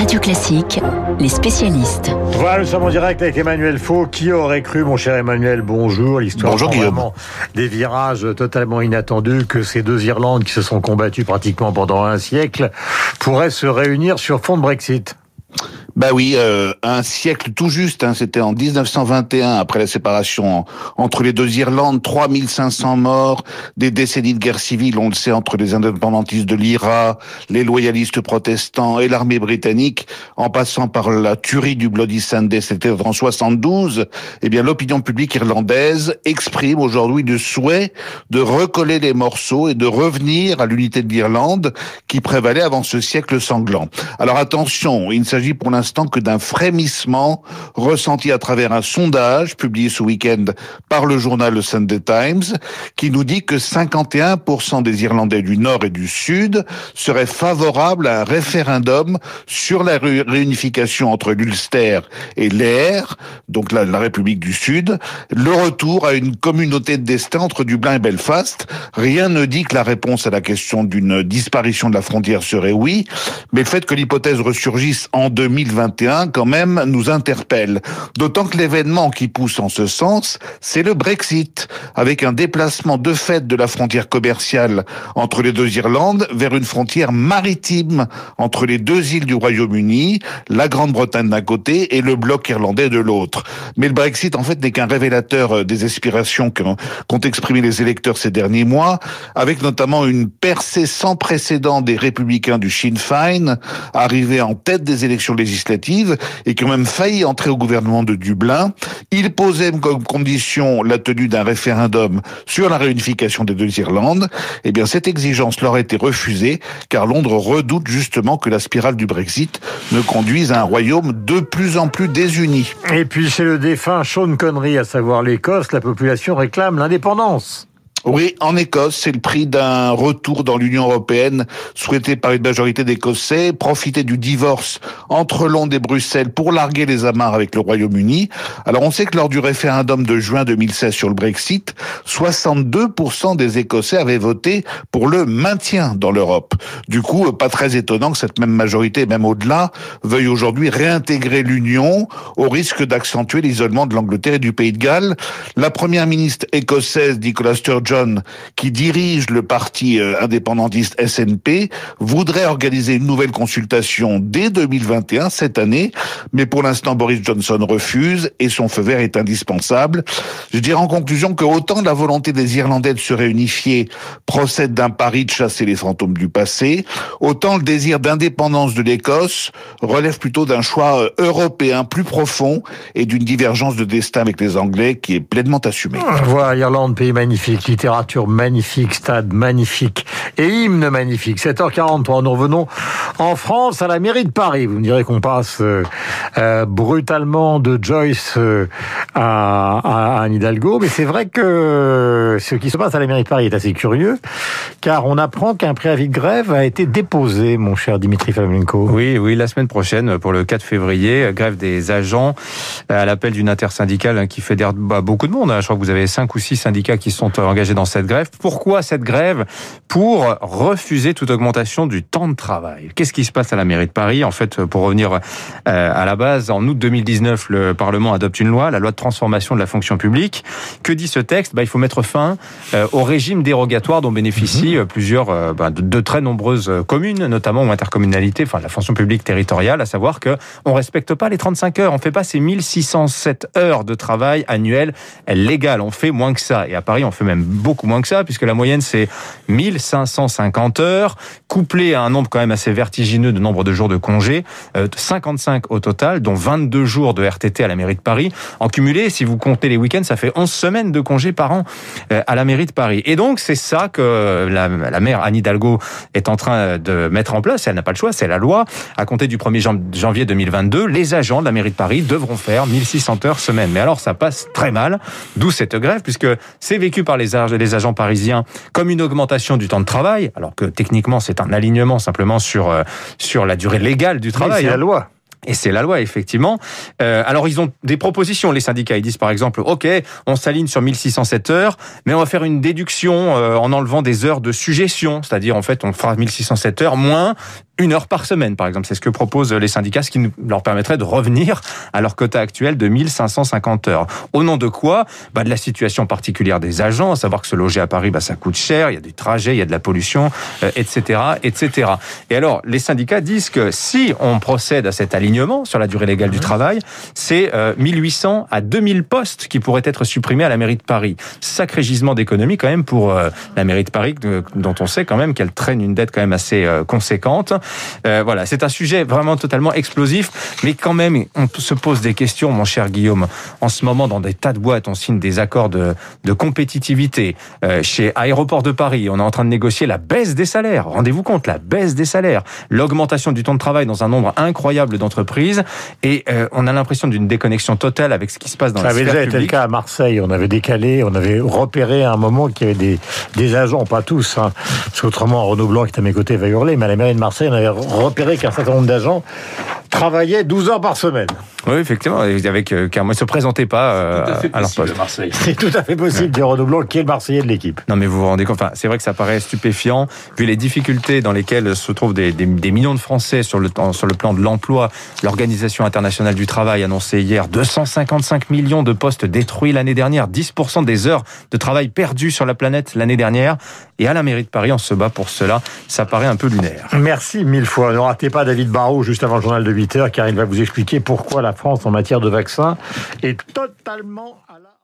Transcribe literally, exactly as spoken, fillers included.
Radio Classique, les spécialistes. Voilà, nous sommes en direct avec Emmanuel Faux. Qui aurait cru, mon cher Emmanuel, bonjour. L'histoire bonjour, prend vraiment des virages totalement inattendus, que ces deux Irlandes qui se sont combattues pratiquement pendant un siècle pourraient se réunir sur fond de Brexit. Bah oui, euh, un siècle tout juste, hein, c'était en dix-neuf cent vingt et un, après la séparation en, entre les deux Irlandes, trois mille cinq cents morts, des décennies de guerre civile, on le sait, entre les indépendantistes de l'I R A, les loyalistes protestants et l'armée britannique, en passant par la tuerie du Bloody Sunday, c'était en soixante-douze, eh bien l'opinion publique irlandaise exprime aujourd'hui le souhait de recoller les morceaux et de revenir à l'unité de l'Irlande qui prévalait avant ce siècle sanglant. Alors attention, il ne s'agit pour l'instant que d'un frémissement ressenti à travers un sondage publié ce week-end par le journal The Sunday Times qui nous dit que cinquante et un pour cent des Irlandais du Nord et du Sud seraient favorables à un référendum sur la ré- réunification entre l'Ulster et l'Air, donc la, la République du Sud, le retour à une communauté de destin entre Dublin et Belfast. Rien ne dit que la réponse à la question d'une disparition de la frontière serait oui, mais le fait que l'hypothèse ressurgisse en deux mille vingt et un, quand même, nous interpelle. D'autant que l'événement qui pousse en ce sens, c'est le Brexit, avec un déplacement de fait de la frontière commerciale entre les deux Irlandes vers une frontière maritime entre les deux îles du Royaume-Uni, la Grande-Bretagne d'un côté et le bloc irlandais de l'autre. Mais le Brexit, en fait, n'est qu'un révélateur des aspirations qu'ont, qu'ont exprimées les électeurs ces derniers mois, avec notamment une percée sans précédent des républicains du Sinn Féin, arrivés en tête des élections législatives et qui ont même failli entrer au gouvernement de Dublin. Ils posaient comme condition la tenue d'un référendum sur la réunification des deux Irlandes. Eh bien, cette exigence leur a été refusée car Londres redoute justement que la spirale du Brexit ne conduise à un royaume de plus en plus désuni. Et puis, chez le défunt Sean Connery, à savoir l'Écosse, la population réclame l'indépendance. Oui, en Écosse, c'est le prix d'un retour dans l'Union européenne souhaité par une majorité d'Écossais, profiter du divorce entre Londres et Bruxelles pour larguer les amarres avec le Royaume-Uni. Alors on sait que lors du référendum de juin deux mille seize sur le Brexit, soixante-deux pour cent des Écossais avaient voté pour le maintien dans l'Europe. Du coup, pas très étonnant que cette même majorité, même au-delà, veuille aujourd'hui réintégrer l'Union au risque d'accentuer l'isolement de l'Angleterre et du Pays de Galles. La première ministre écossaise, Nicola Sturgeon, qui dirige le parti indépendantiste S N P, voudrait organiser une nouvelle consultation dès deux mille vingt et un, cette année, mais pour l'instant Boris Johnson refuse et son feu vert est indispensable. Je dirais en conclusion que autant la volonté des Irlandais de se réunifier procède d'un pari de chasser les fantômes du passé, autant le désir d'indépendance de l'Écosse relève plutôt d'un choix européen plus profond et d'une divergence de destin avec les Anglais qui est pleinement assumée. Voilà, Irlande, pays magnifique, littérature magnifique, stade magnifique et hymne magnifique. sept heures quarante-trois, nous revenons en France à la mairie de Paris. Vous me direz qu'on passe euh, euh, brutalement de Joyce euh, à, à Anne Hidalgo, mais c'est vrai que ce qui se passe à la mairie de Paris est assez curieux, car on apprend qu'un préavis de grève a été déposé, mon cher Dimitri Flamenco. Oui, oui, la semaine prochaine, pour le quatre février, grève des agents à l'appel d'une intersyndicale qui fédère bah, beaucoup de monde. Je crois que vous avez cinq ou six syndicats qui sont engagés dans cette grève. Pourquoi cette grève ? Pour refuser toute augmentation du temps de travail. Qu'est-ce qui se passe à la mairie de Paris ? En fait, pour revenir à la base, en août deux mille dix-neuf, le Parlement adopte une loi, la loi de transformation de la fonction publique. Que dit ce texte ? Bah, il faut mettre fin au régime dérogatoire dont bénéficient mmh. plusieurs, bah, de, de très nombreuses communes, notamment ou intercommunalités, enfin la fonction publique territoriale, à savoir que on respecte pas les trente-cinq heures, on fait pas ces mille six cent sept heures de travail annuelles légales, on fait moins que ça. Et à Paris, on fait même beaucoup moins que ça, puisque la moyenne, c'est mille cinq cent cinquante heures, couplé à un nombre quand même assez vertigineux de nombre de jours de congé, euh, cinquante-cinq au total, dont vingt-deux jours de R T T à la mairie de Paris. En cumulé, si vous comptez les week-ends, ça fait onze semaines de congés par an euh, à la mairie de Paris. Et donc, c'est ça que la, la maire Anne Hidalgo est en train de mettre en place. Elle n'a pas le choix, c'est la loi. À compter du premier janvier deux mille vingt-deux, les agents de la mairie de Paris devront faire mille six cents heures semaine. Mais alors, ça passe très mal, d'où cette grève, puisque c'est vécu par les, les agents parisiens comme une augmentation du temps de travail, alors que techniquement, c'est un alignement simplement sur, euh, sur la durée légale du travail. Mais c'est la loi. Et c'est la loi, effectivement. Euh, alors, ils ont des propositions, les syndicats. Ils disent, par exemple, OK, on s'aligne sur mille six cent sept heures, mais on va faire une déduction euh, en enlevant des heures de suggestion. C'est-à-dire, en fait, on fera mille six cent sept heures moins une heure par semaine, par exemple. C'est ce que proposent les syndicats, ce qui leur permettrait de revenir à leur quota actuel de mille cinq cent cinquante heures. Au nom de quoi? Bah, de la situation particulière des agents, à savoir que se loger à Paris, bah, ça coûte cher, il y a du trajet, il y a de la pollution, euh, et cetera, et cetera. Et alors, les syndicats disent que si on procède à cet alignement sur la durée légale du travail, c'est euh, mille huit cents à deux mille postes qui pourraient être supprimés à la mairie de Paris. Sacré gisement d'économie quand même pour euh, la mairie de Paris, euh, dont on sait quand même qu'elle traîne une dette quand même assez euh, conséquente. Euh, voilà, c'est un sujet vraiment totalement explosif, mais quand même, on se pose des questions, mon cher Guillaume. En ce moment, dans des tas de boîtes, on signe des accords de, de compétitivité. Euh, chez Aéroports de Paris, on est en train de négocier la baisse des salaires. Rendez-vous compte, la baisse des salaires, l'augmentation du temps de travail dans un nombre incroyable d'entreprises, et euh, on a l'impression d'une déconnexion totale avec ce qui se passe dans Ça la avait sphère déjà publique. été le cas à Marseille. On avait décalé, on avait repéré à un moment qu'il y avait des, des agents, pas tous, hein, parce qu'autrement, Renaud Blanc, qui est à mes côtés, va hurler, mais à la mairie de Marseille, on avait repéré qu'un certain nombre d'agents travaillaient douze heures par semaine. Oui, effectivement, avec, euh, car moi, ils ne se présentaient pas euh, à, à leur poste. Marseille. C'est tout à fait possible, dit Renaud Blanc, qui est le Marseillais de l'équipe. Non, mais vous vous rendez compte, enfin, c'est vrai que ça paraît stupéfiant, vu les difficultés dans lesquelles se trouvent des, des, des millions de Français sur le, sur le plan de l'emploi. L'Organisation internationale du travail annonçait hier deux cent cinquante-cinq millions de postes détruits l'année dernière, dix pour cent des heures de travail perdues sur la planète l'année dernière. Et à la mairie de Paris, on se bat pour cela. Ça paraît un peu lunaire. Merci mille fois. Ne ratez pas David Barrault juste avant le journal de huit heures, car il va vous expliquer pourquoi la France, en matière de vaccins, est totalement à la...